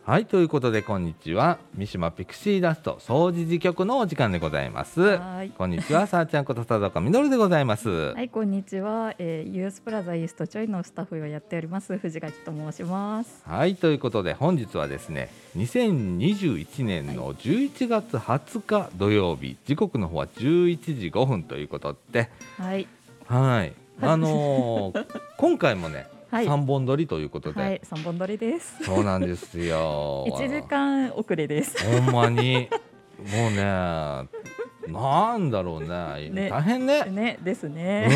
はい、ということでこんにちは。三島ピクシーダスト総除事局のお時間でございます。 はい、 こんにちは、さあちゃんこと佐坂みのるでございます。 はい、こんにちは、ユースプラザイーストちょいのスタッフをやっております藤垣と申します。 はい、ということで本日はですね、2021年の11月20日土曜日、時刻の方は11時5分ということで、 はい、 はい、今回もね、 はい、 3本撮りということで、 はい、3本撮りです。 そうなんですよ。 1時間遅れです。 ほんまにもうね、なんだろうね、 ね大変ね。 ねですね。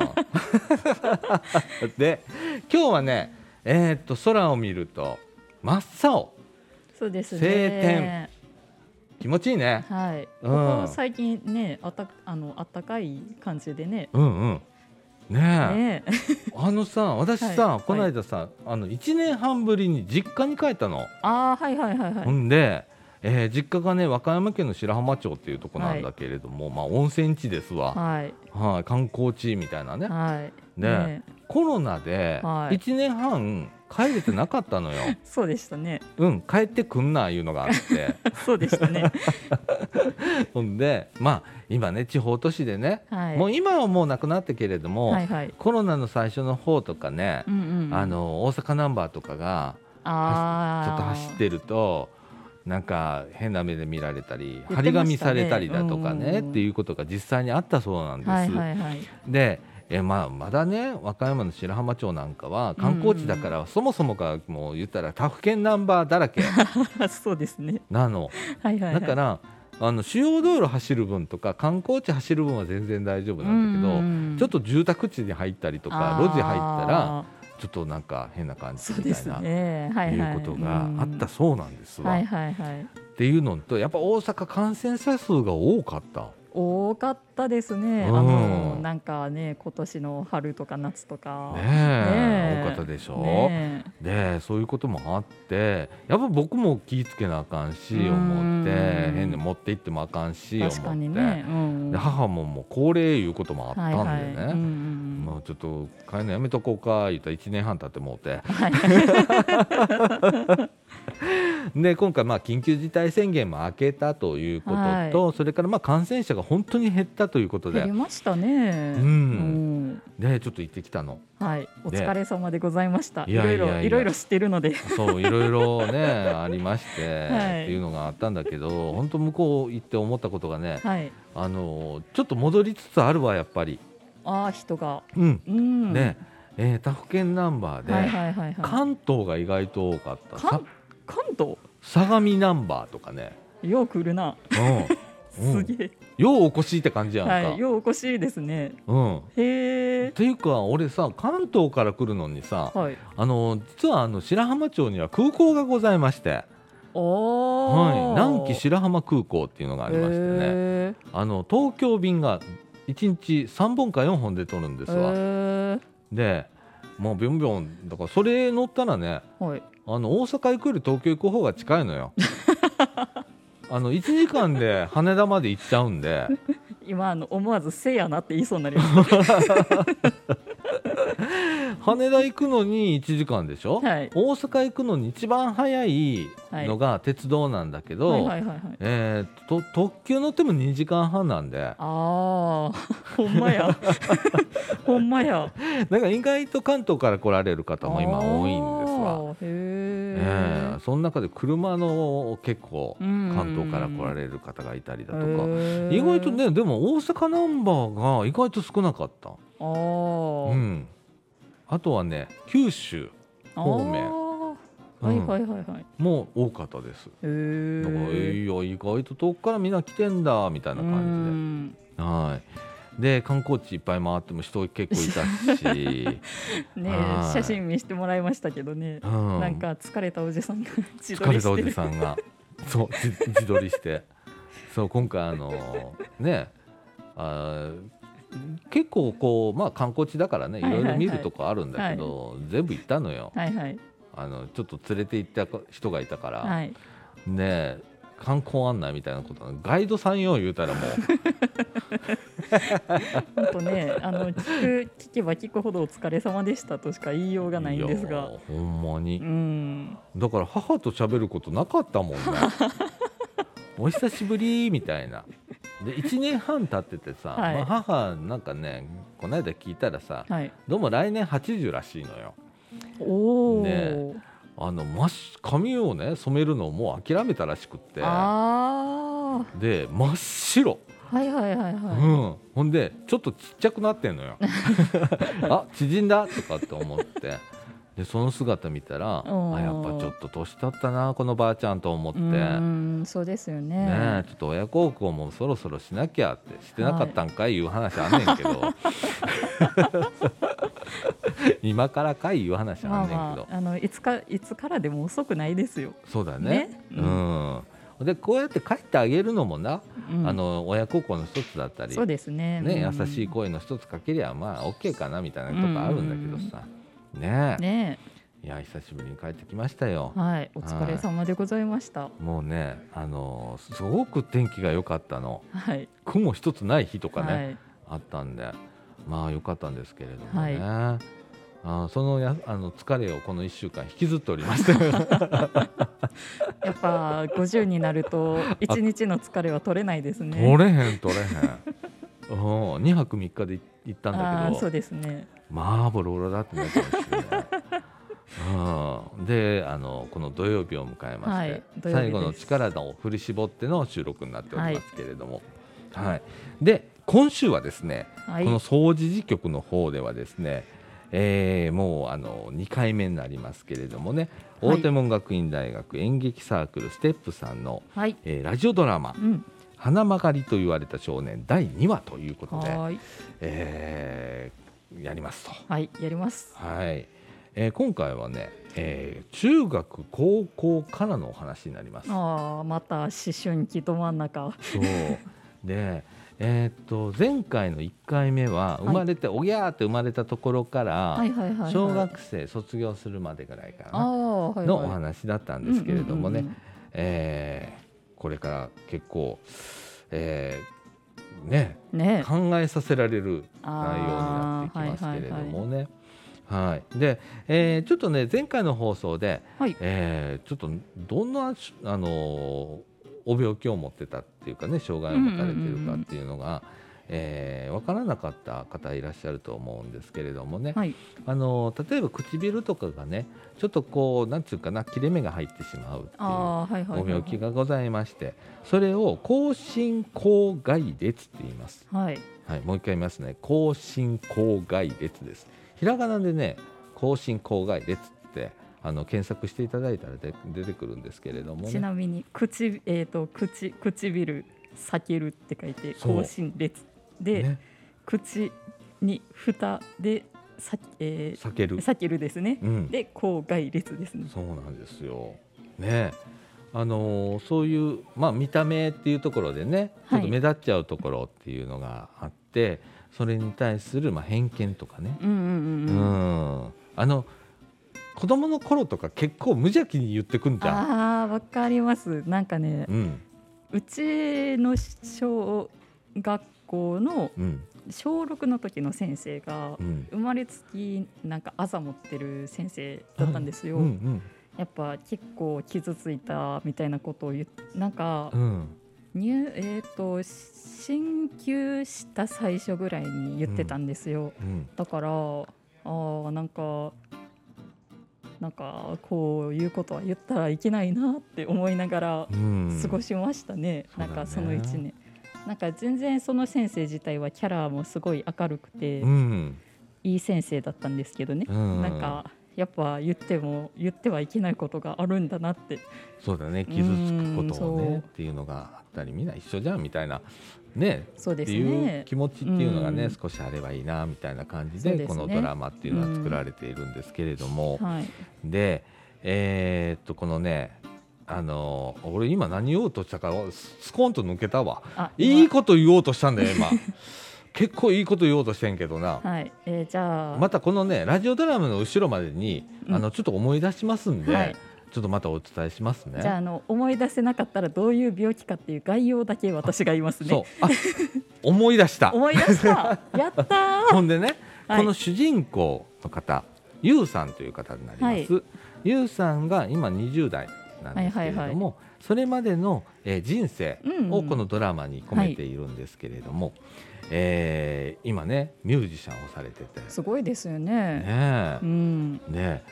で、今日はね、空を見ると真っ青、 そうですね。 晴天、気持ちいいね。 はい。 うん、 ここ最近ね、あったかい感じでね。 ねえ、 ね私さ、 はいこの間さ、1年半ぶりに実家に帰ったの。 はいはいはいはほい。 んで、実家がね、和歌山県の白浜町っていうとこなんだけれども、まあ温泉地ですわ。 はいはい、観光地みたいなね。 はい。 で、 ね、 コロナではい 1年半帰れてなかったのよ。 そうでしたね。 帰ってくんないうのがあってそうでしたね。 ほんで、まあ今ね、地方都市でね、 はい。 もう今はもうなくなったけれども、 はいはい。 コロナの最初の方とかね、 うんうんうん。 大阪ナンバーとかがちょっと走ってると、なんか変な目で見られたり、張り紙されたりだとかね、っていうことが実際にあったそうなんです。 はいはいはい。 で、まだね、和歌山の白浜町なんかは観光地だから、そもそもがもう言ったら他府県ナンバーだらけそうですね。 なの。 はいはいはい。 だから主要道路走る分とか観光地走る分は全然大丈夫なんだけど、ちょっと住宅地に入ったりとか路地入ったらちょっとなんか変な感じみたいな、いうことがあったそうなんですわ。 はいはいはい。 っていうのと、やっぱ大阪感染者数が多かった。 多かったですね。なんかね、今年の春とか夏とか多かったでしょ。 ねで、そういうこともあって、やっぱ僕も気ぃつけなあかんし思って、変に持って行ってもあかんし思って、 確かにね。 で母も高齢いうこともあったんでね、もうちょっと帰るのやめとこうか言ったら1年半経ってもうて、で今回緊急事態宣言も明けたということと、それから感染者が本当に減ったということで、 減りましたね。 でちょっと行ってきたの。 はい、お疲れ様でございました。 いろいろ知ってるので、 そういろいろねありまして、っていうのがあったんだけど、本当向こう行って思ったことがね、ちょっと戻りつつあるわやっぱり。 人が。 ね、他府県ナンバーで関東が意外と多かった。 関東？ 相模ナンバーとかね。 よう来るな。すげえ。 ようお越しって感じやんか。 ようお越しですね。 へえ。っていうか俺さ、関東から来るのにさ、実は白浜町には空港がございまして、南紀白浜空港っていうのがありましてね、東京便が1日3本か4本で取るんですわ。でもうビョンビョンだから、それ乗ったらね、大阪行くより東京行く方が近いのよ。1時間で羽田まで行っちゃうんで今思わずせやなって言いそうになりました。 羽田行くのに1時間でしょ、大阪行くのに一番早いのが鉄道なんだけど、特急乗っても2時間半なんで、 ほんまやほんまや。 だから意外と関東から来られる方も今多いんですわ。その中で車の結構関東から来られる方がいたりだとか、意外とね、でも大阪ナンバーが意外と少なかった。あとはね、九州方面も多かったです。だから意外と遠くからみんな来てんだみたいな感じで、で観光地いっぱい回っても人結構いたしね、写真見せてもらいましたけどね、なんか疲れたおじさんが自撮りしてる。 そう自撮りして、そう今回ね、結構こう観光地だからね、いろいろ見るとこあるんだけど、全部行ったのよ。ちょっと連れて行った人がいたから、ね、 観光案内みたいなこと、ガイドさんよ言うたらもう本当ね、聞けば聞くほどお疲れ様でしたとしか言いようがないんですが、 ほんまに、だから母と喋ることなかったもんねお久しぶりみたいなで1年半経っててさ、母なんかねこの間聞いたらさ、どうも来年80らしいのよ。で髪をね染めるのをもう諦めたらしくって、で真っ白、ほんでちょっとちっちゃくなってんのよあ、縮んだとかって思って、でその姿見たらやっぱちょっと年経ったなこのばあちゃんと思って、 そうですよね。 ちょっと親孝行もそろそろしなきゃってしてなかったんかいいう話あんねんけど、今からかいいう話あんねんけど、 いつからでも遅くないですよ。 そうだね。でこうやって帰ってあげるのもな、親孝行の一つだったり、 そうですね。 優しい声の一つかけりゃまあ OK かなみたいなとこあるんだけどさ、ねいや久しぶりに帰ってきましたよ。 お疲れ様でございました。 もうねすごく天気が良かったの、雲一つない日とかね、あったんでまあ良かったんですけれどもね、その疲れをこの1週間引きずっておりましたやっぱ50になると1日の疲れは取れないですね。 取れへん2泊3日で行ったんだけど、 そうですね、 まあボロボロだってなってましたねでこの土曜日を迎えまして、最後の力を振り絞っての収録になっておりますけれども、で今週はですね、この総持寺局の方ではですね、もう2回目になりますけれどもね、大手門学院大学演劇サークルステップさんの、ラジオドラマ、花曲がりと言われた少年第2話ということで、やりますと。 やります。 今回はね、中学高校からのお話になります。 また思春期ど真ん中。 そうで前回の1回目は生まれて、おぎゃーって生まれたところから小学生卒業するまでぐらいかなのお話だったんですけれどもね、これから結構、考えさせられる内容になってきますけれどもね。で、ちょっとね前回の放送で、ちょっとどんなお病気を持ってたっていうかね、障害を持たれているかっていうのが分からなかった方いらっしゃると思うんですけれどもね、例えば唇とかがねちょっとこうなんていうかな切れ目が入ってしまうっていうお病気がございまして、それを口唇口外裂って言います。もう一回言いますね、口唇口外裂です。ひらがなでね口唇口外裂って検索していただいたら出てくるんですけれども、ね、 ちなみに唇裂けるって書いて口唇裂で、口に蓋で裂けるですね、で口外裂ですね。 そうなんですよね。そういう、見た目っていうところでねちょっと目立っちゃうところっていうのがあって、それに対する偏見とかね、子供の頃とか結構無邪気に言ってくんじゃん。 わかります。なんかね、うちの小学校の小6の時の先生が生まれつきなんかあざ持ってる先生だったんですよ。やっぱ結構傷ついたみたいなことをなんか、進級した最初ぐらいに言ってたんですよ。だからなんかこういうことは言ったらいけないなって思いながら過ごしましたね。なんかその1年なんか全然その先生自体はキャラもすごい明るくて、いい先生だったんですけどね、なんかやっぱ言ってはいけないことがあるんだなって。 そうだね、傷つくことをねっていうのがあったり、みんな一緒じゃんみたいなね、 そうですね、 っていう気持ちっていうのがね、少しあればいいなみたいな感じで、このドラマっていうのは作られているんですけれども、でこのね俺今何言おうとしたかスコーンと抜けたわ。いいこと言おうとしたんだよ今結構いいこと言おうとしてんけどな。 じゃあまたこのねラジオドラマの後ろまでにちょっと思い出しますんで、 ちょっとまたお伝えしますね。 じゃあ、思い出せなかったらどういう病気かっていう概要だけ私が言いますね。 思い出した思い出したやったー。 ほんでね、この主人公の方、ゆうさんという方になります。ゆうさんが今20代なんですけれども、それまでの人生をこのドラマに込めているんですけれども、今ねミュージシャンをされててすごいですよね。 で、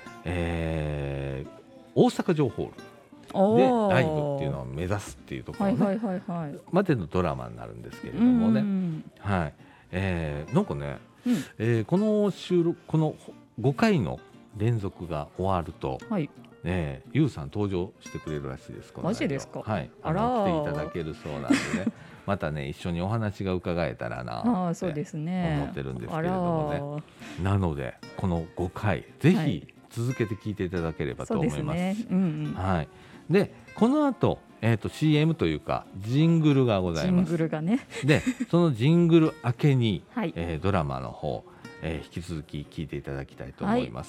大阪城ホールでライブっていうのを目指すっていうところまでのドラマになるんですけれどもね、なんかね、この収録、この5回の連続が終わると、ゆうさん登場してくれるらしいです。 マジですか？ 来ていただけるそうなんでねまたね一緒にお話が伺えたらなって思ってるんですけれどもね。なのでこの5回ぜひ続けて聞いていただければと思います。でこの後、CM というかジングルがございます。 ジングルがねでそのジングル明けに、ドラマの方、引き続き聞いていただきたいと思います。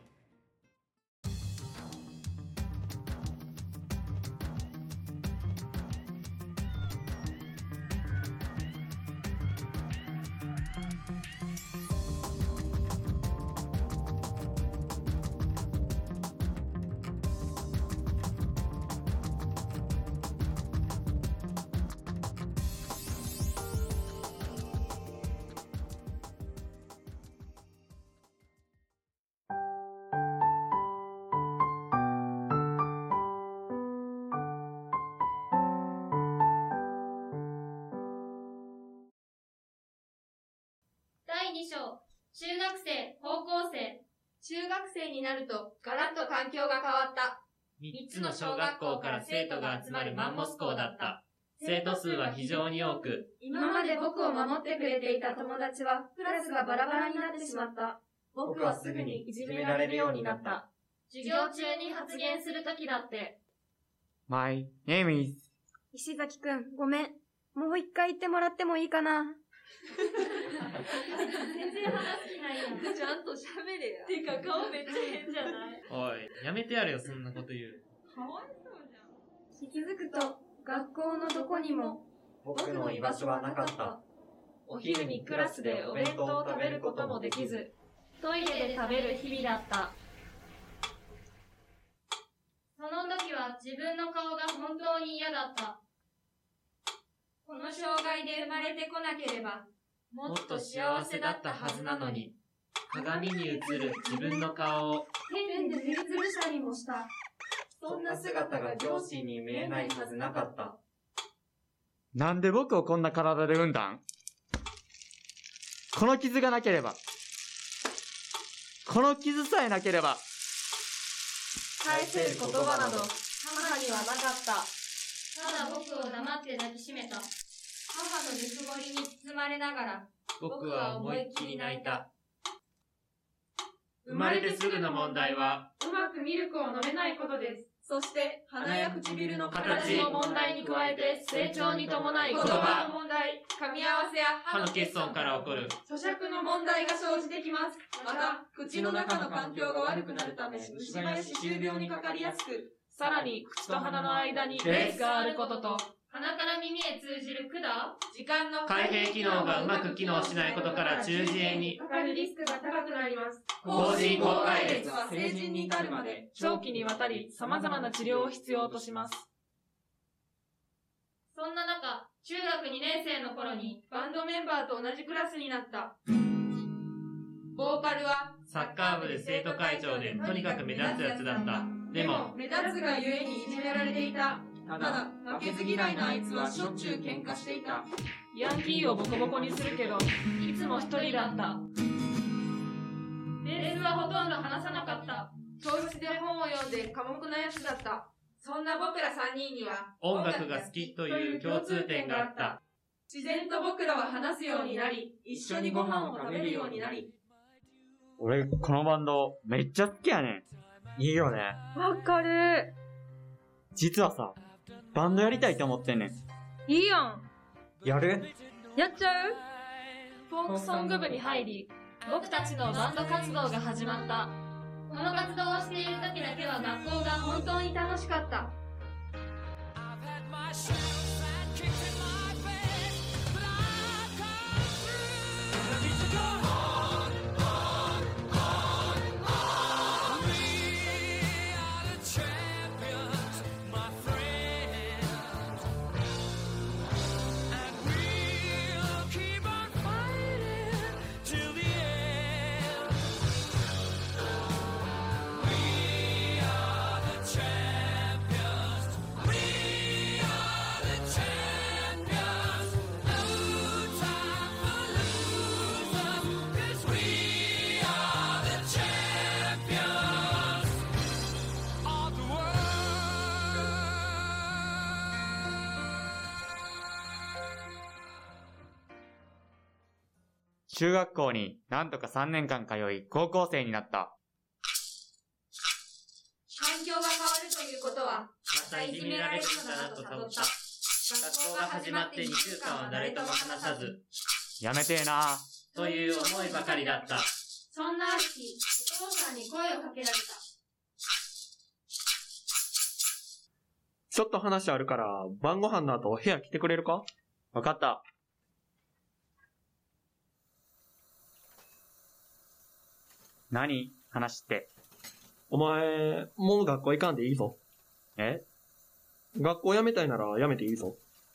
第2章、中学生、高校生。中学生になるとガラッと環境が変わった。 3つの小学校から生徒が集まるマンモス校だった。生徒数は非常に多く、 今まで僕を守ってくれていた友達はクラスがバラバラになってしまった。僕はすぐにいじめられるようになった。授業中に発言するときだって。 My name is 石崎くん、ごめん。もう一回言ってもらってもいいかな。 全然話す気ないやん。ちゃんと喋れや。てか顔めっちゃ変じゃない？ おい、やめてやれよ、そんなこと言う。 かわいそうじゃん。 気づくと、学校のどこにも、 僕の居場所はなかった。 お昼にクラスでお弁当を食べることもできず、トイレで食べる日々だった。その時は自分の顔が本当に嫌だった。この障害で生まれてこなければ、 もっと幸せだったはずなのに、鏡に映る自分の顔をペンで塗りつぶしたりもした。 そんな姿が両親に見えないはずなかった。 なんで僕をこんな体で産んだん？この傷がなければ、この傷さえなければ、 返せる言葉など母にはなかった。ただ僕を黙って抱きしめた。母のぬくもりに包まれながら、 僕は思いっきり泣いた。生まれてすぐの問題は、 うまくミルクを飲めないことです。そして、鼻や唇の形の問題に加えて、成長に伴い言葉の問題、噛み合わせや歯の欠損から起こる咀嚼の問題が生じてきます。また、口の中の環境が悪くなるため、虫歯や歯周病にかかりやすく、さらに口と鼻の間にレースがあることと、鼻から耳へ通じる管、時間の開閉機能がうまく機能しないことから中耳炎にかかるリスクが高くなります。 後耳交換列は成人に至るまで長期にわたり様々な治療を必要とします。そんな中、中学2年生の頃にバンドメンバーと同じクラスになった。ボーカルはサッカー部で生徒会長でとにかく目立つやつだった。でも目立つがゆえにいじめられていた。ただ負けず嫌いなあいつはしょっちゅう喧嘩していた。ヤンキーをボコボコにするけどいつも一人だった。ベースはほとんど話さなかった。教室で本を読んで寡黙なやつだった。そんな僕ら3人には音楽が好きという共通点があった。 自然と僕らは話すようになり、一緒にご飯を食べるようになり。 俺このバンドめっちゃ好きやねん。いいよね。 わかる。 実はさ、バンドやりたいと思ってんねん。 いいやん。 やる？ やっちゃう？ フォークソング部に入り、僕たちのバンド活動が始まった。 この活動をしている時だけは学校が本当に楽しかった。 中学校になんとか3年間通い、高校生になった。 環境が変わるということは、 またいじめられるのだなと悟った。学校が始まって2週間は誰とも話さず、 やめてえなという思いばかりだった。 そんなある日、お父さんに声をかけられた。 ちょっと話あるから、晩ご飯の後部屋来てくれるか？ わかった。何？話って。 お前、もう学校行かんでいいぞ。 え？ 学校辞めたいなら辞めていいぞ。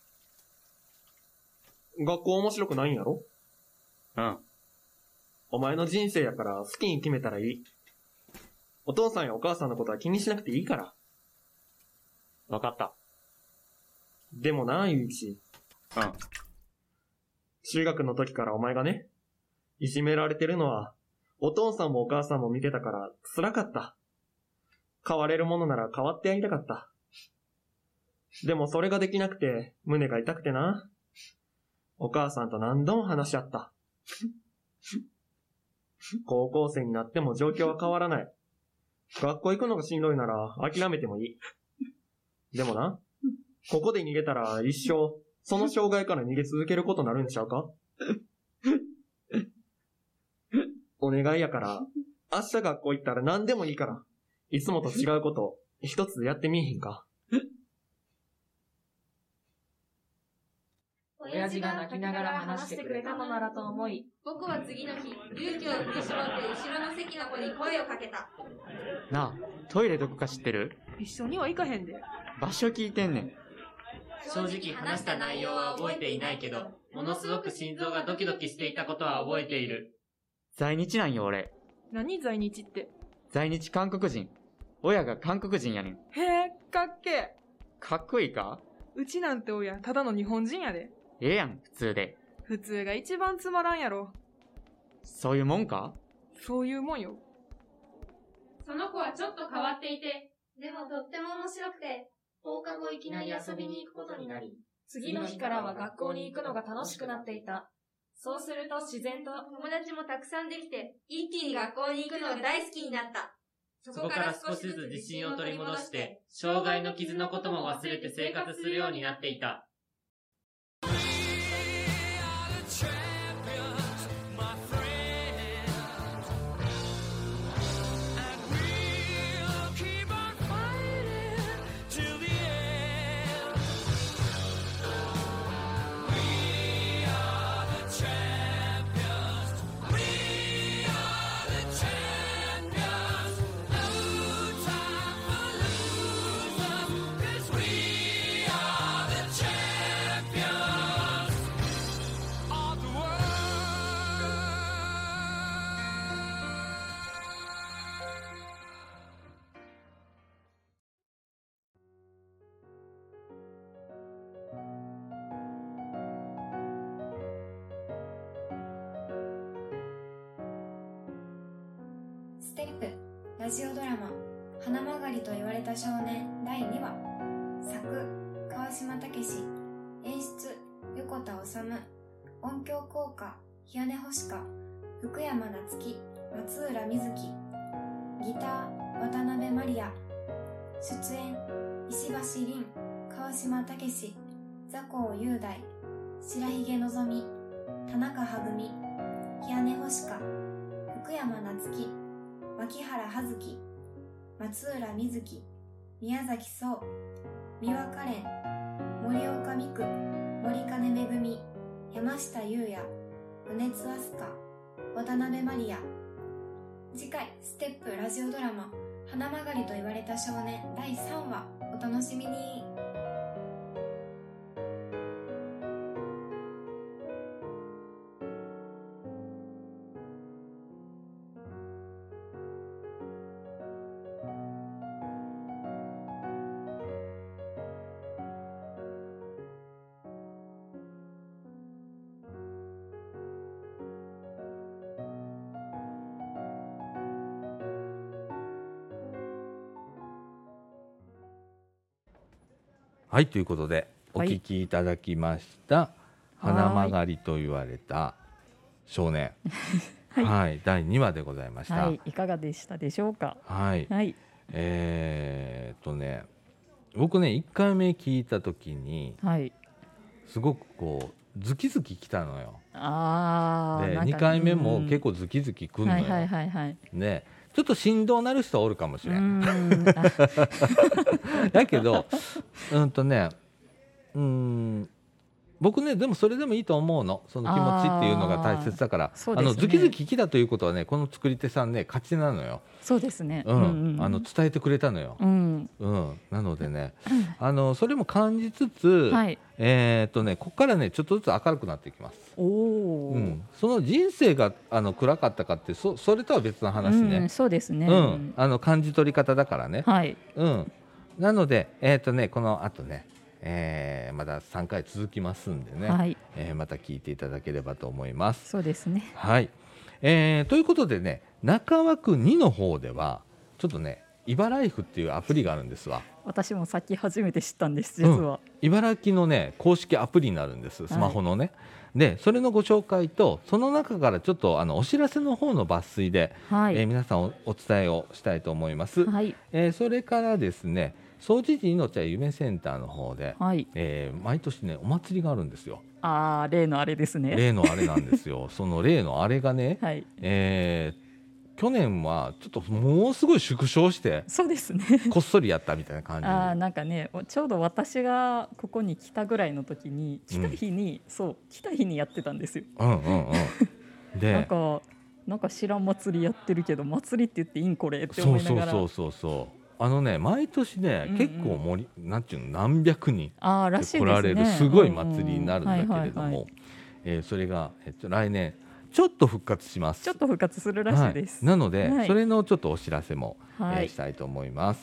学校面白くないんやろ？ うん。 お前の人生やから好きに決めたらいい。お父さんやお母さんのことは気にしなくていいから。 わかった。 でもな、ゆういち。 うん。 中学の時からお前がね、いじめられてるのは、お父さんもお母さんも見てたから辛かった。変われるものなら変わってやりたかった。でもそれができなくて胸が痛くてな。お母さんと何度も話し合った。高校生になっても状況は変わらない。学校行くのがしんどいなら諦めてもいい。でもな、ここで逃げたら一生その障害から逃げ続けることになるんちゃうか？お願いやから、明日学校行ったら何でもいいから、いつもと違うこと一つやってみいひんか？ 親父が泣きながら話してくれたのならと思い、 僕は次の日、勇気を振り絞って後ろの席の子に声をかけた。 なあ、トイレどこか知ってる？ 一緒には行かへんで。 場所聞いてんねん。 正直話した内容は覚えていないけど、ものすごく心臓がドキドキしていたことは覚えている。 在日なんよ俺。 何在日って？ 在日韓国人。親が韓国人やねん。 へえ、かっけえ。 かっこいいか？ うちなんて親、ただの日本人やで。 ええやん、普通で。 普通が一番つまらんやろ。 そういうもんか？ そういうもんよ。 その子はちょっと変わっていて、でもとっても面白くて、放課後いきなり遊びに行くことになり、 次の日からは学校に行くのが楽しくなっていた。そうすると自然と友達もたくさんできて、一気に学校に行くのが大好きになった。 そこから少しずつ自信を取り戻して、障害の傷のことも忘れて生活するようになっていた。 ステップラジオドラマ花曲がりと言われた少年第2話。作川島武史、演出横田治、音響効果日根星香、福山夏樹、松浦瑞希、ギター渡辺マリア、出演石橋凛、川島武史、座高雄大、白ひげのぞみ、田中はぐみ、日根星香、福山夏樹、 牧原葉月、松浦瑞希、宮崎壮、三輪カレン、森岡美久、森金恵、山下優也、米津飛鳥、渡辺マリア。次回ステップラジオドラマ花曲がりと言われた少年第3話お楽しみに。 はい、ということでお聞きいただきました、花曲がりと言われた少年はい、はい、第2話でございました、 はい、いかがでしたでしょうか。 はい、はい、僕ね1回目聞いた時に、はい、すごくこうズキズキきたのよ。で2回目も結構ズキズキくんのよ。ね、ちょっと振動なる人はおるかもしれん。だけど僕ねでもそれでもいいと思うの。その気持ちっていうのが大切だから、ね、ズキズキきたということはねこの作り手さんね勝ちなのよ。 そうですね、 伝えてくれたのよ、なのでねそれも感じつつ、はい、ここからねちょっとずつ明るくなっていきます。その人生が暗かったかってそれとは別の話ね、 そうですね、 感じ取り方だからね、 はい、 なのでこの後ねまだ3回続きますんでね、はい、また聞いていただければと思います。 そうですね、 はい、ということでね中枠2の方ではちょっとね茨城っていうアプリがあるんですわ。 私もさっき初めて知ったんです実は、 茨城のね公式アプリになるんですスマホのね、でそれのご紹介とその中からちょっとお知らせの方の抜粋で、皆さんお伝えをしたいと思います、それからですね総持寺命は夢センターの方で、毎年ねお祭りがあるんですよ。 例のあれですね。 例のあれなんですよ。その例のあれがね、去年はちょっともうすごい縮小してそうですねこっそりやったみたいな感じなんかねちょうど私がここに来たぐらいの時に来た日にやってたんですよ。でなんか知らん祭りやってるけど祭りって言っていいんこれって思いながらそう毎年ね、結構なんていうの何百人来られるすごい祭りになるんだけれども、それが、来年ちょっと復活します。 ちょっと復活するらしいです、 なので、それのちょっとお知らせも、したいと思います。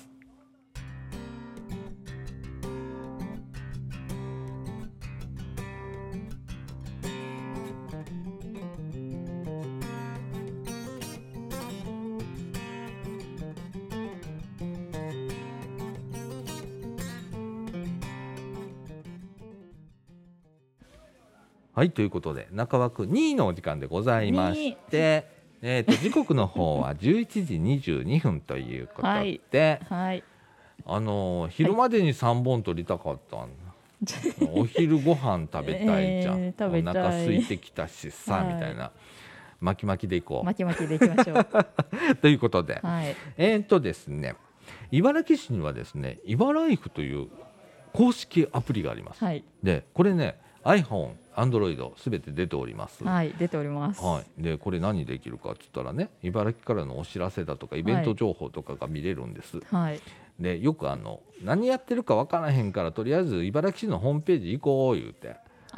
はい、ということで中枠2のお時間でございまして、時刻の方は11時22分ということで、昼までに3本取りたかったんだお昼ご飯食べたいじゃん、お腹空いてきたしさ、みたいな巻き巻きでいこう巻き巻きでいきましょうということで、ですね茨城市にはですね茨城という公式アプリがあります、でこれねiPhone、Android すべて出ております。 出ております。 でこれ何できるかって言ったらね茨城からのお知らせだとかイベント情報とかが見れるんです。でよく何やってるか分からへんからとりあえず茨城市のホームページ行こう言うて見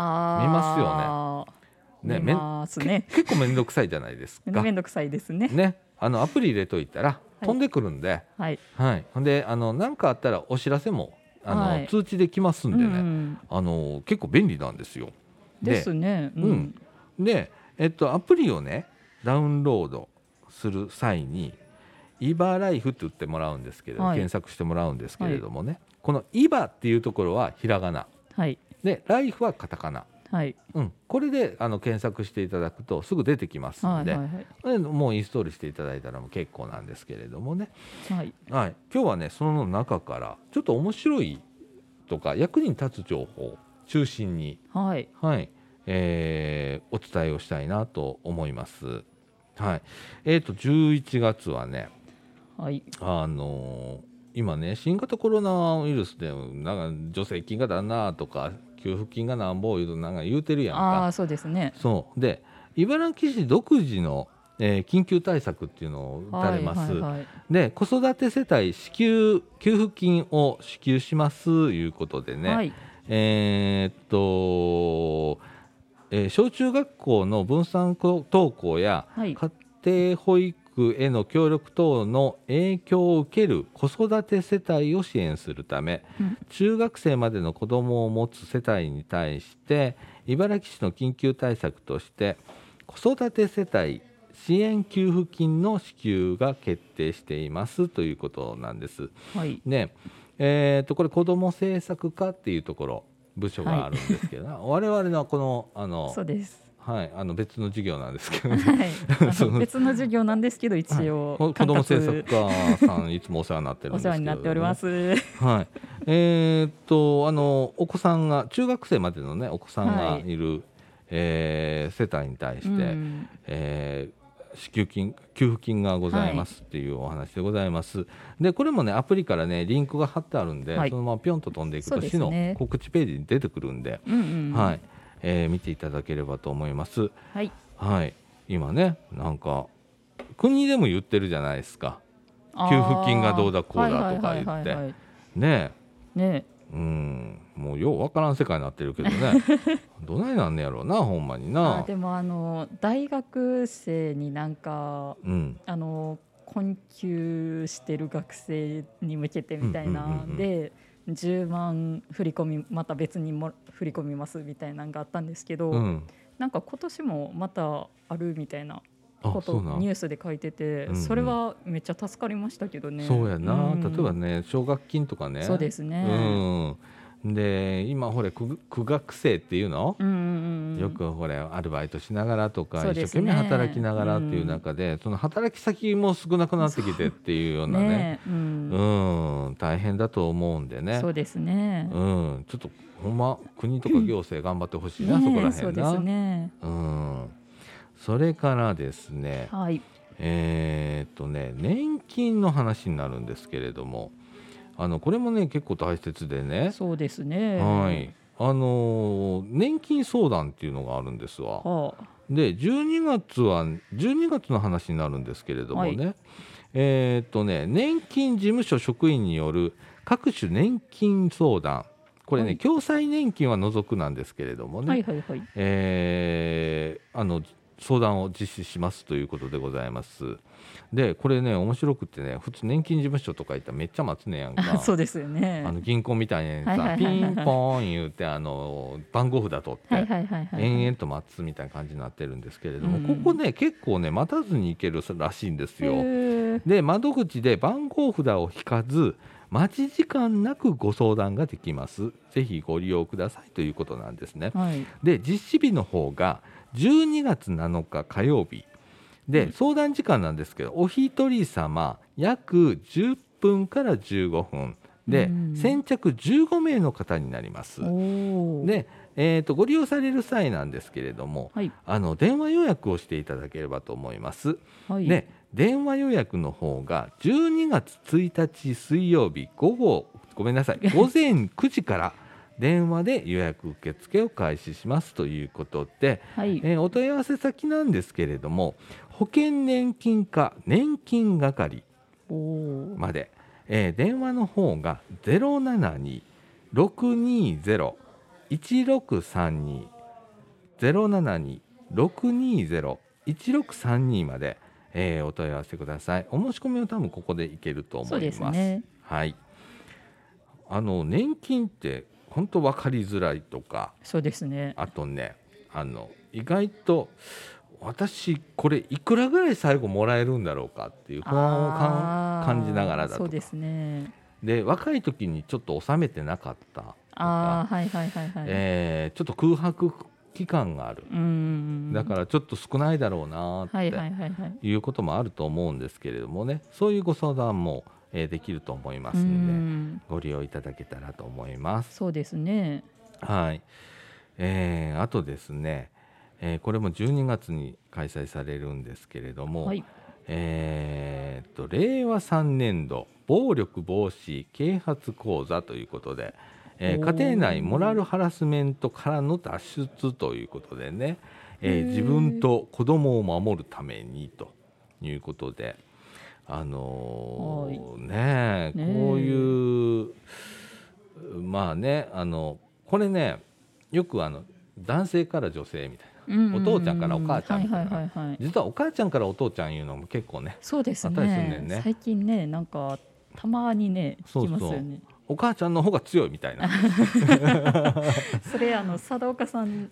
ますよね。 見ますね。 結構めんどくさいじゃないですか。 めんどくさいですね。 アプリ入れといたら飛んでくるんで、ほんで何かあったらお知らせも通知できますんでね、結構便利なんですよ。 ですね。 で、アプリをねダウンロードする際にイバライフって打ってもらうんですけれど、検索してもらうんですけれどもね、このイバっていうところはひらがな、でライフはカタカナ、これで検索していただくとすぐ出てきますので、もうインストールしていただいたらも結構なんですけれどもね、今日はねその中からちょっと面白いとか役に立つ情報を中心に、お伝えをしたいなと思います。 はい。11月はね、 はい、 今ね新型コロナウイルスでなんか助成金がだなとか給付金がなんぼなんか言うてるやんか。 あ、そうですね。 そうで茨城市独自の、緊急対策っていうのを打たれます、で子育て世帯支給給付金を支給しますいうことでね、はい、小中学校の分散登校や、はい、家庭保育への協力等の影響を受ける子育て世帯を支援するため、中学生までの子どもを持つ世帯に対して茨城市の緊急対策として子育て世帯支援給付金の支給が決定していますということなんです。はい、ねこれ子ども政策課っていうところ部署があるんですけど、はい、我々のこのそうです、 はい、別の授業なんですけど、ね、 はい、別の授業なんですけど一応、 はい、子ども政策課さんいつもお世話になってるんですけど、 お世話になっております。 はい、お子さんが中学生までのねお子さんがいる、はい、世帯に対して、支給金給付金がございますっていうお話でございます。はい、でこれもねアプリからねリンクが貼ってあるんで、はい、そのままピョンと飛んでいくと市の告知ページに出てくるんで、はい、見ていただければと思います。はい、はい、今ねなんか国でも言ってるじゃないですか、給付金がどうだこうだとか言ってねえ、もうようわからん世界になってるけどねどないなんねやろうなほんまにな。 でも大学生になんか、困窮してる学生に向けてみたいなで10万振り込みまた別にも振り込みますみたいなのがあったんですけど、なんか今年もまたあるみたいなことニュースで書いてて、それはめっちゃ助かりましたけどね。 そうやな、例えばね奨学金とかね。 そうですね、 で今ほれ苦学生っていうの、よくほれアルバイトしながらとか、一生懸命働きながらっていう中で、その働き先も少なくなってきてっていうようなね、大変だと思うんでね。 そうですね、 ちょっとほんま国とか行政頑張ってほしいな、そこらへんな。 そうですね、 それからですね、はい、年金の話になるんですけれども、これもね結構大切でね。 そうですね、 はい、年金相談っていうのがあるんですわ。で12月の話になるんですけれどもね、年金事務所職員による各種年金相談、これね、共済年金は除くなんですけれどもね、相談を実施しますということでございます。でこれね面白くてね、普通年金事務所とか行ったらめっちゃ待つねやんか。 そうですよね、 銀行みたいにさ、ピンポン言うて番号札取って延々と待つみたいな感じになってるんですけれども、ここね結構ね待たずに行けるらしいんですよ。で窓口で番号札を引かず待ち時間なくご相談ができます。ぜひご利用くださいということなんですね。で実施日の方が12月7日火曜日で、相談時間なんですけどお一人様約10分から15分で、先着15名の方になります。で、ご利用される際なんですけれども、電話予約をしていただければと思います。で電話予約の方が12月1日水曜日午前9時から電話で予約受付を開始しますということで、お問い合わせ先なんですけれども保険年金課年金係まで、電話の方が 072-620-1632 072-620-1632 まで、お問い合わせください。お申し込みは多分ここでいけると思います。そうですね、はい、年金って本当分かりづらいとか。 そうですね、 あとね意外と私これいくらぐらい最後もらえるんだろうかっていう不安を感じながらだとか。 そうですね、 で若い時にちょっと納めてなかったとか、ちょっと空白期間がある、だからちょっと少ないだろうなっていうこともあると思うんですけれどもね、そういうご相談もできると思いますのでご利用いただけたらと思います。 そうですね、 はい、あとですね、 これも12月に開催されるんですけれども、はい、令和3年度暴力防止啓発講座ということで、家庭内モラルハラスメントからの脱出ということでね、自分と子供を守るためにということで、こういうまあね、これねよく男性から女性みたいな、お父ちゃんからお母ちゃんみたいな、実はお母ちゃんからお父ちゃんいうのも結構ね、 そうですね、あったりするんだよね。最近ね、なんかたまにね聞きますよね。 お母ちゃんの方が強いみたいなそれ佐岡さん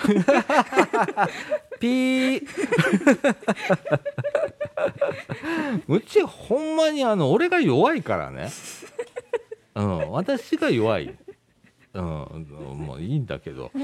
ピーうちほんまに俺が弱いからね、私が弱い、もういいんだけど、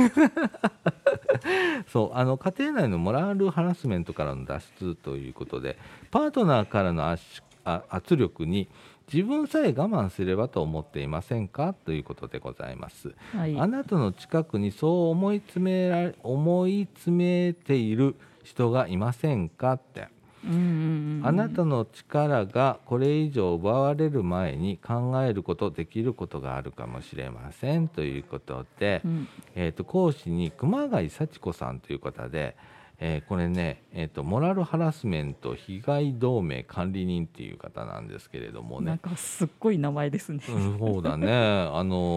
そう家庭内のモラルハラスメントからの脱出ということで、パートナーからの圧力に自分さえ我慢すればと思っていませんかということでございます、はい、あなたの近くにそう思い詰めている人がいませんかって、あなたの力がこれ以上奪われる前に考えることできることがあるかもしれませんということで、講師に熊谷幸子さんという方で、これね、モラルハラスメント被害同盟管理人っていう方なんですけれどもね、 なんかすっごい名前ですね。 そうだね、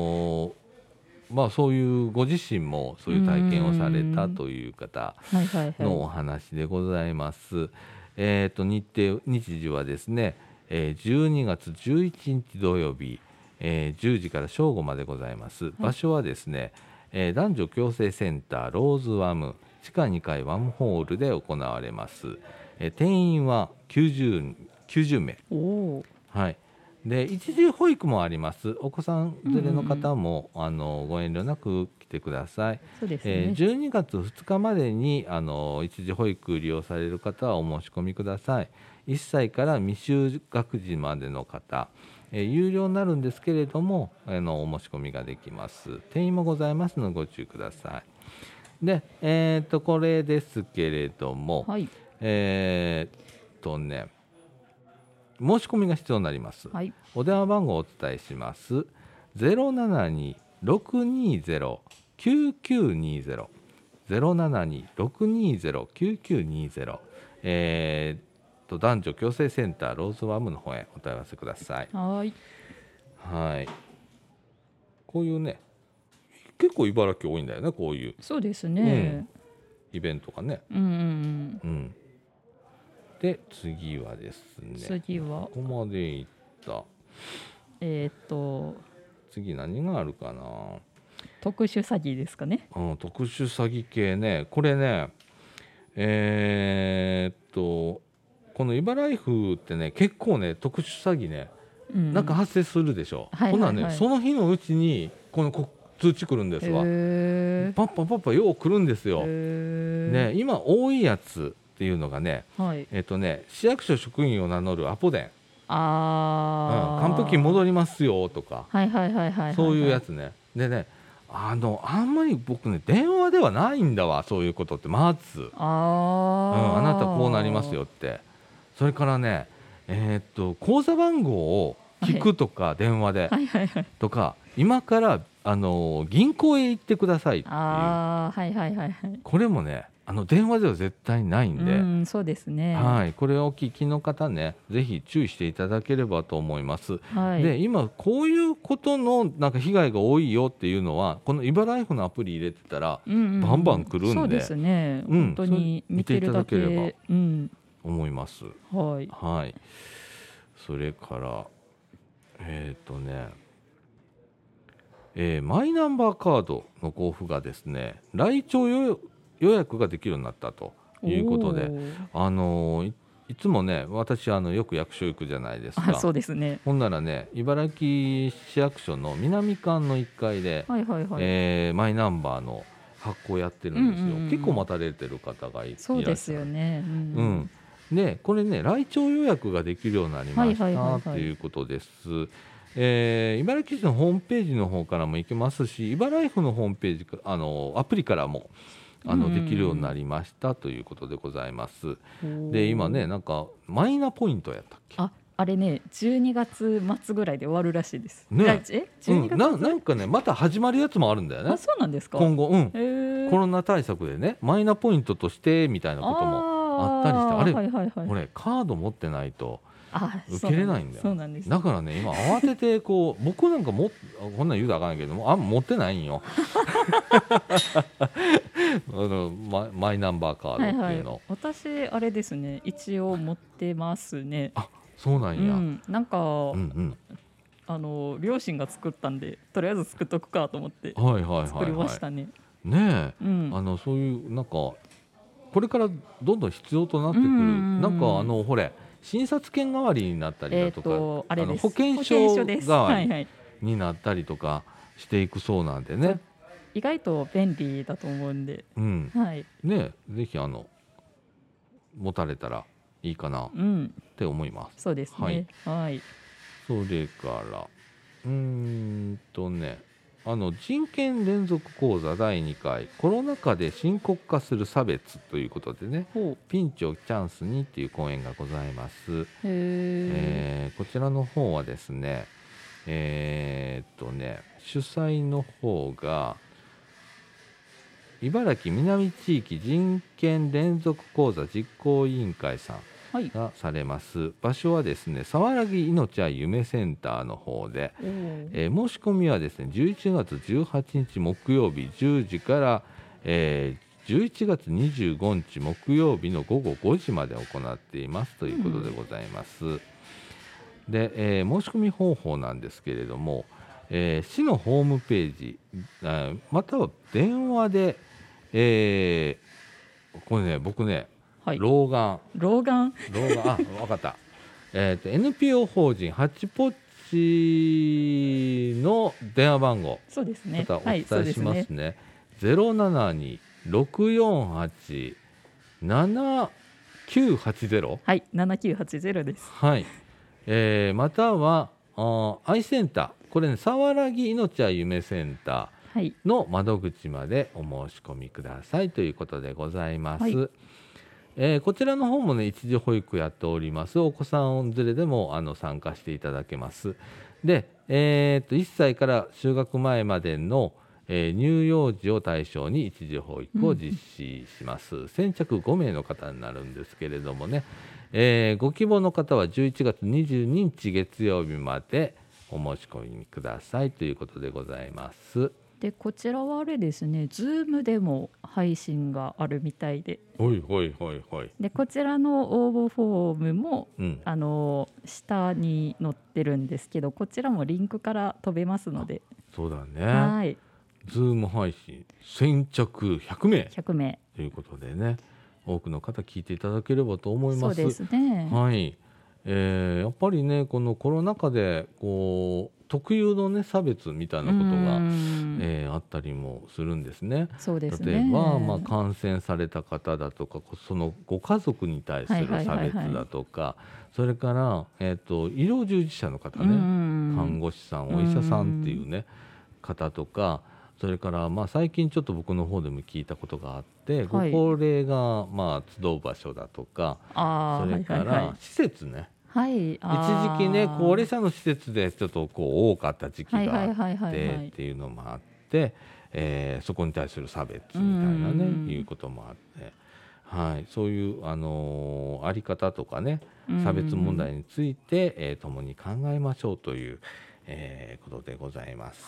そういうご自身もそういう体験をされたという方のお話でございます。日時はですね、12月11日土曜日、10時から正午までございます。場所はですね、男女共生センターローズワム地下2階ワムホールで行われます。定員は90名、はい、で一時保育もあります。お子さん連れの方も、ご遠慮なく来てください。 そうですね、 12月2日までに一時保育利用される方はお申し込みください。1歳から未就学児までの方、有料になるんですけれどもお申し込みができます。定員もございますのでご注意ください。で、これですけれども、はい、申し込みが必要になります。はい、お電話番号をお伝えします。072-620-9920 072-620-9920、男女共生センターローズワムの方へお問い合わせください。 はい、 はい、こういうね結構茨城多いんだよね、こういう。 そうですね、 イベントがね。で次はですね、ここまでいった。次何があるかな。 特殊詐欺ですかね。 特殊詐欺系ね。これね、この茨城府ってね結構ね特殊詐欺ね、なんか発生するでしょ。ほなね、その日のうちにこの通知来るんですわ。パッパよう来るんですよ。ね、今多いやつっていうのがね、市役所職員を名乗るアポ電、還付金戻りますよとか、そういうやつね。でね、あんまり僕ね電話ではないんだわ、そういうことって。まずあなたこうなりますよって。それからね、口座番号を聞くとか、電話でとか、今から銀行へ行ってくださいっていう、これもね電話では絶対ないんで、 そうですね、 はい、これをお聞きの方ねぜひ注意していただければと思います。で今こういうことのなんか被害が多いよっていうのはこの茨城府のアプリ入れてたらバンバン来るんで、そうですね、本当に見てるだけ見ていただければ思います。 はい、 はい、それからマイナンバーカードの交付がですね来庁予約ができるようになったということで、いつもね私よく役所行くじゃないですか。 そうですね。 ほんならね茨城市役所の南館の1階で、マイナンバーの発行やってるんですよ。結構待たれてる方がいらっしゃる。 そうですよね。 でこれね来庁予約ができるようになりましたということです。茨城市のホームページの方からも行けますし、茨城府のホームページアプリからもできるようになりましたということでございます。で今ねなんかマイナポイントやったっけ。 あれね12月末ぐらいで終わるらしいです。 ね、 12月なんかねまた始まるやつもあるんだよね。 そうなんですか。 今後、コロナ対策でねマイナポイントとしてみたいなこともあったりして、俺カード持ってないと受けれないんだよ。 そうなんです。 だからね今慌ててこう僕なんかこんなん言うとあかんないけども持ってないんよマイナンバーカードっていうの、 私あれですね一応持ってますね。 そうなんや、 なんか、両親が作ったんでとりあえず作っとくかと思って作りましたね。 ねえ、そういうなんかこれからどんどん必要となってくる、なんかほれ診察券代わりになったりだとか、保険証代わりになったりとかしていくそうなんでね、 意外と便利だと思うんで、 ねぜひ持たれたらいいかなって思います。 そうですね。はい。 それから人権連続講座第2回コロナ禍で深刻化する差別ということでね、ピンチをチャンスにっていう講演がございます。こちらの方はですね主催の方が茨城南地域人権連続講座実行委員会さんがされます。場所はですねさわらぎいのちゃ夢センターの方で、申し込みはですね11月18日木曜日10時から、11月25日木曜日の午後5時まで行っていますということでございます。で、申し込み方法なんですけれども、市のホームページまたは電話で、これね僕ね老眼分かった、NPO 法人ハチポッチの電話番号そうですね、 またお伝えしますね、072-648-7980 7980です。 またはアイセンターこれねさわらぎいのちゃ夢センターの窓口までお申し込みくださいということでございます。こちらの方もね一時保育やっております。お子さん連れでも参加していただけます。で、1歳から就学前までの、乳幼児を対象に一時保育を実施します。先着5名の方になるんですけれどもね、ご希望の方は11月22日月曜日までお申し込みくださいということでございます。 でこちらはあれですね Zoom でも配信があるみたいで、でこちらの応募フォームも、下に載ってるんですけどこちらもリンクから飛べますので。 そうだね、Zoom 配信先着100名ということでね多くの方聞いていただければと思います。 そうですね。 やっぱりねこのコロナ禍で特有のね差別みたいなことが、あったりもするんですね。 そうですね。 例えば、感染された方だとかそのご家族に対する差別だとか、それから、医療従事者の方ね、看護師さんお医者さんっていうね方とか、それから最近ちょっと僕の方でも聞いたことがあって、ご高齢が集う場所だとか、それから施設ね、一時期ね高齢者の施設でちょっと多かった時期があってっていうのもあって、そこに対する差別みたいなねいうこともあって、そういうあり方とかね差別問題について、共に考えましょうという、ことでございます。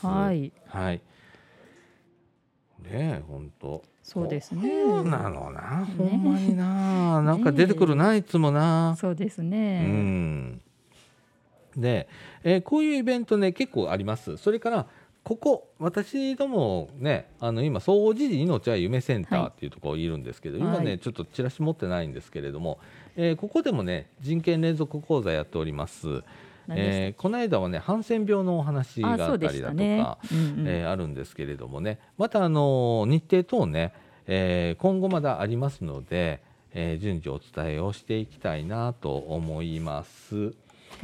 本当そうですね。 そうなのな、ほんまにな、なんか出てくるな、いつもな。 そうですね。 で、こういうイベントね結構あります。それから私どもね今総合時事いのちゃ夢センターっていうところいるんですけど、今ねちょっとチラシ持ってないんですけれども、ここでもね人権連続講座やっております。この間はねハンセン病のお話があったりだとかあるんですけれどもね、また日程等ね、今後まだありますので、順次お伝えをしていきたいなと思います。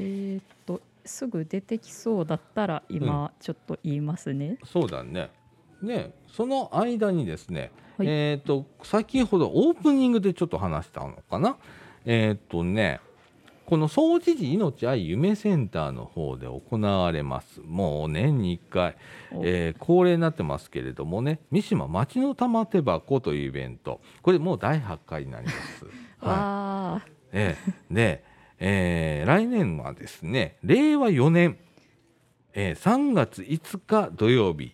すぐ出てきそうだったら今ちょっと言いますね。 そうだね。 ね、その間にですね、先ほどオープニングでちょっと話したのかな、この総持寺命愛夢センターの方で行われます、もう年に1回、恒例になってますけれどもね、三島町の玉手箱というイベント、これもう第8回になります。はい、で、来年はですね、令和4年、3月5日土曜日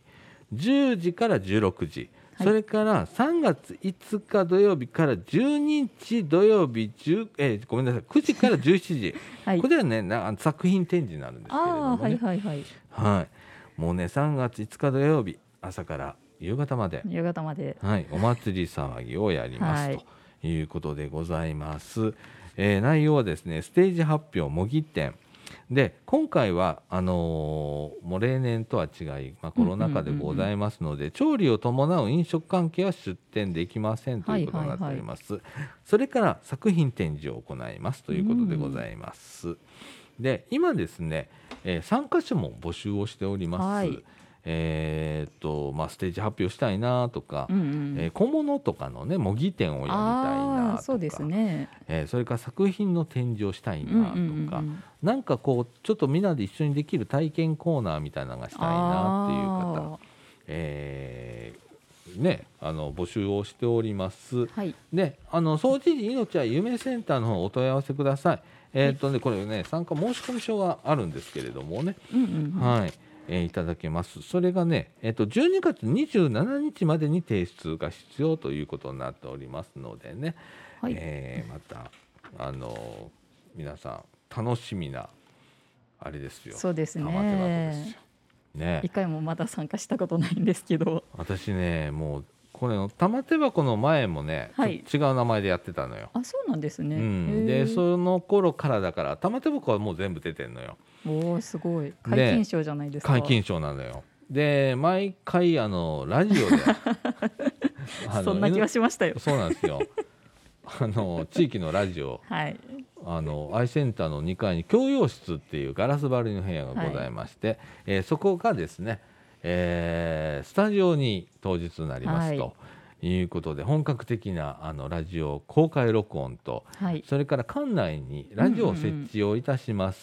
10時から16時、それから3月5日土曜日から12日土曜日ごめんなさい、9時から17時、これはね作品展示になるんですけれどもね、もうね3月5日土曜日朝から夕方まで、お祭り騒ぎをやりますということでございます。内容はですね、ステージ発表模擬展で、今回はもう例年とは違い、コロナ禍でございますので、調理を伴う飲食関係は出店できませんということになっております。それから作品展示を行いますということでございます。で、今ですね、参加者も募集をしております。ステージ発表したいなとか、小物とかのね模擬展をやりたいなとか、それから作品の展示をしたいなとか、なんかこうちょっとみんなで一緒にできる体験コーナーみたいなのがしたいなっていう方、募集をしております。で、総持寺命愛夢センターの方お問い合わせください。これね、参加申込書があるんですけれどもね、いただけます。それがね、12月27日までに提出が必要ということになっておりますのでね、また皆さん楽しみなあれですよ。 そうですね。 玉手箱ですよ。ね。 一回もまだ参加したことないんですけど。 私ね、もうこれの玉手箱の前もね、違う名前でやってたのよ。 あ、そうなんですね。 で、その頃からだから玉手箱はもう全部出てんのよ。 おー、すごい。皆勤賞じゃないですか。 皆勤賞なのよ。で、毎回ラジオでそんな気がしましたよ。 そうなんですよ。地域のラジオ、アイセンターの2階に教養室っていうガラス張りの部屋がございまして、そこがですね、スタジオに当日になりますということで、本格的なラジオ公開録音と、それから館内にラジオを設置をいたします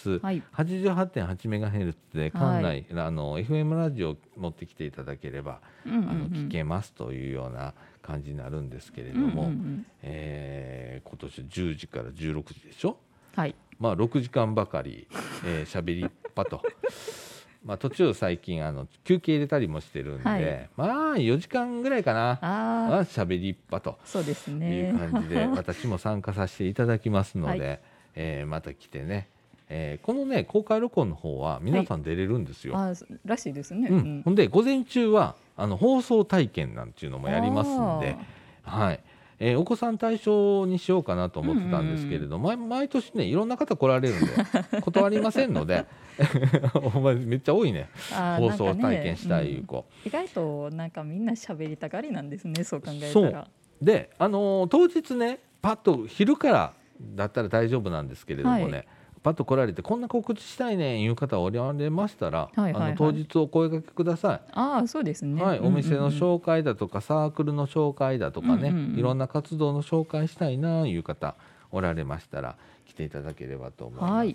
。88.8 メガヘルツで館内、FM ラジオを持ってきていただければ聞けますというような感じになるんですけれども、今年10時から16時でしょ。6時間ばかり喋りっぱと。途中最近休憩入れたりもしてるんで、4時間ぐらいかな喋りっぱという感じで私も参加させていただきますので、また来てね、このね公開録音の方は皆さん出れるんですよ。 らしいですね。 ほんで午前中は放送体験なんていうのもやりますんで、お子さん対象にしようかなと思ってたんですけれど、毎年ねいろんな方来られるんで断りませんのでお前めっちゃ多いね、放送体験したい子、 意外となんかみんな喋りたがりなんですね、そう考えたら。 そうで、当日ねパッと昼からだったら大丈夫なんですけれどもね、パッと来られてこんな告知したいねんいう方おられましたら、当日お声掛けください。 そうですね。 お店の紹介だとかサークルの紹介だとかね、いろんな活動の紹介したいないう方おられましたら来ていただければと思います。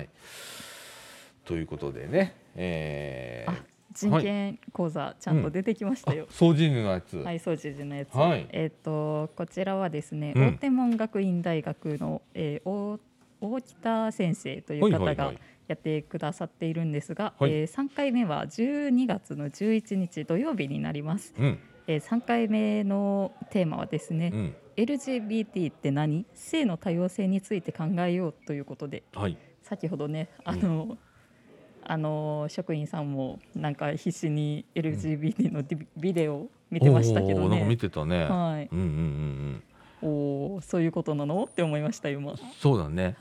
ということでね、 人権講座ちゃんと出てきましたよ。 総持寺のやつ。 総持寺のやつ。こちらはですね、大手門学院大学の大北先生という方がやってくださっているんですが、3回目は12月の11日土曜日になります。3回目のテーマはですね、LGBT って何？性の多様性について考えようということで、先ほどね職員さんもなんか必死に LGBT のビデオを見てましたけどね。 なんか見てたね。 そういうことなのって思いました今。 そうだね。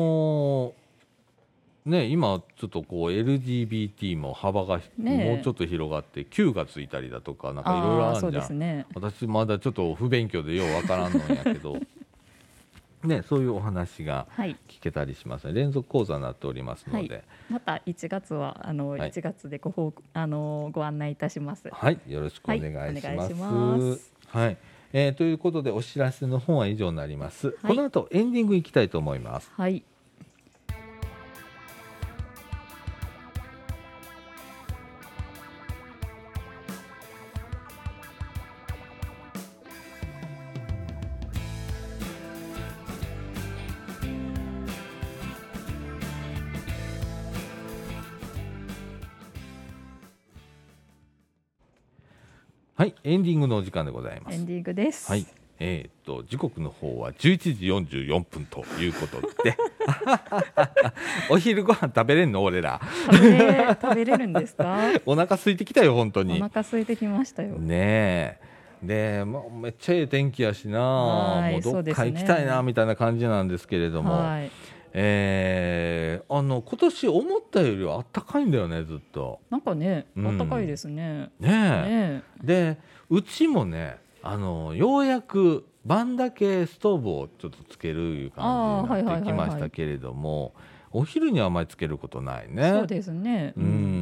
今ちょっとこう LGBT も幅がもうちょっと広がってQがついたりだとかなんかいろいろあるじゃん。私まだちょっと不勉強でようわからんのんやけどね、そういうお話が聞けたりしますね、連続講座になっておりますので、 また1月は1月でご案内いたします。 はい、よろしくお願いします。はい、ということでお知らせの方は以上になります。この後エンディングいきたいと思います。 はい。 はい、エンディングのお時間でございます。 エンディングです。 はい、時刻の方は11時44分ということでお昼ご飯食べれんの俺ら食べれるんですか？ お腹空いてきたよ本当に。 お腹空いてきましたよねで、めっちゃいい天気やしな、もうどっか行きたいなみたいな感じなんですけれども、今年思ったよりはあったかいんだよね、ずっと。 なんかね、あったかいですね。 で、うちもね、ようやく晩だけストーブをちょっとつけるいう感じになってきましたけれども、お昼にはあまりつけることないね。 そうですね。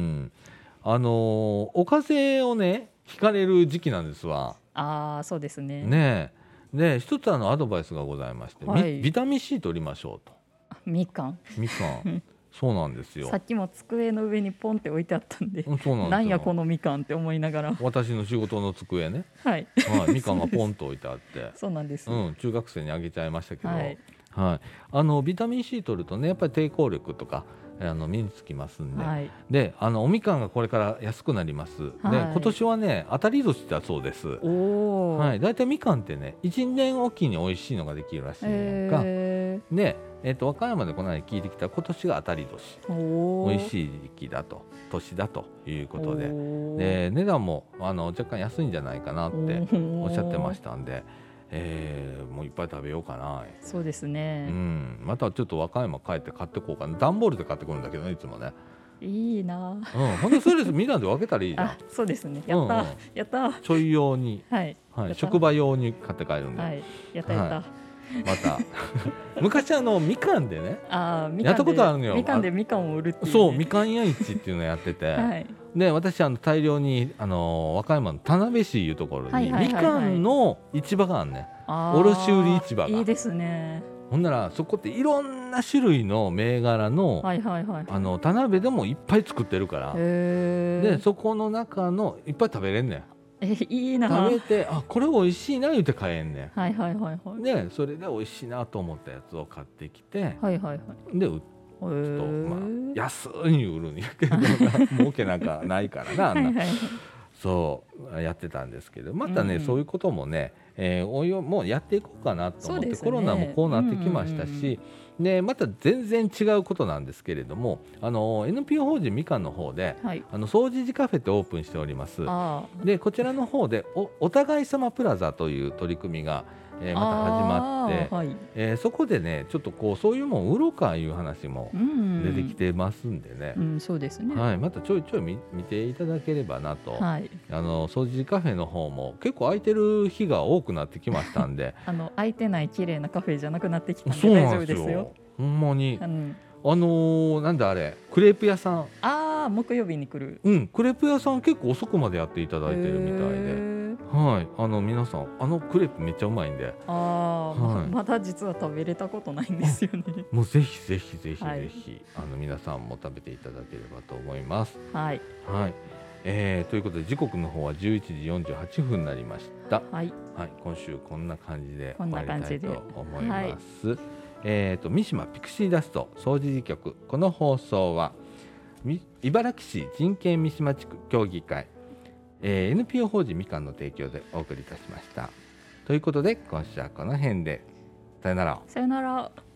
お風邪をねひかれる時期なんですわ。 そうですね。 で、一つアドバイスがございまして、ビタミン C 取りましょうと。 みかんそうなんですよ。 さっきも机の上にポンって置いてあったんで、なんやこのみかんって思いながら、 私の仕事の机ね、みかんがポンと置いてあってそうなんです、 中学生にあげちゃいましたけど、ビタミン C 取るとね、やっぱり抵抗力とか身につきますんで、でおみかんがこれから安くなります。で、今年はね当たり年だそうです。だいたいみかんってね1年おきに美味しいのができるらしいんやんか。で、和歌山でこの間聞いてきた今年が当たり年、美味しい時期だと、年だということで、値段も若干安いんじゃないかなっておっしゃってましたんで、もういっぱい食べようかな。 そうですね。 またちょっと和歌山帰って買ってこうかな。段ボールで買ってくるんだけどね、いつもね。 いいな。 ほんでそれみんなで分けたらいいじゃん。 そうですね。やったやった。 ちょい用に、職場用に買って帰るんで。 やったやった。 また昔みかんでねやったことあるのよ。 みかんでみかんを売るっていう、 そう、みかん屋市っていうのをやってて、で私大量に和歌山の田辺市いうところにみかんの市場があるね。卸売市場がいいですね。 ほんならそこっていろんな種類の銘柄の田辺でもいっぱい作ってるから、でそこの中のいっぱい食べれんねん。 いいな。 食べてこれ美味しいな言うて買えんねん。でそれで美味しいなと思ったやつを買ってきて、でちょっと安に売るんやけど儲けなんかないからな、そうやってたんですけど、またねそういうこともねもうやっていこうかなと思って、コロナもこうなってきましたし、でまた全然違うことなんですけれども、NPO 法人みかんの方で、掃除時カフェってオープンしております。でこちらの方で お互い様プラザという取り組みがまた始まって、そこでねちょっとそういうもん売ろうかいう話も出てきてますんでね、 そうですね、 またちょいちょい見ていただければなと、掃除カフェの方も結構空いてる日が多くなってきましたんで空いてない綺麗なカフェじゃなくなってきたんで大丈夫ですよ。 ほんまになんだあれクレープ屋さん、 木曜日に来る、 クレープ屋さん結構遅くまでやっていただいてるみたいで、皆さんクレープめっちゃうまいんで、 まだ実は食べれたことないんですよねもうぜひぜひぜひぜひ、皆さんも食べていただければと思います。ということで時刻の方は11時48分になりました。今週こんな感じで終わりたいと思います。三島ピクシーダスト掃除時局、この放送は茨城市人権三島地区協議会、NPO 法人みかんの提供でお送りいたしました。ということで今週はこの辺で、さよなら。 さよなら。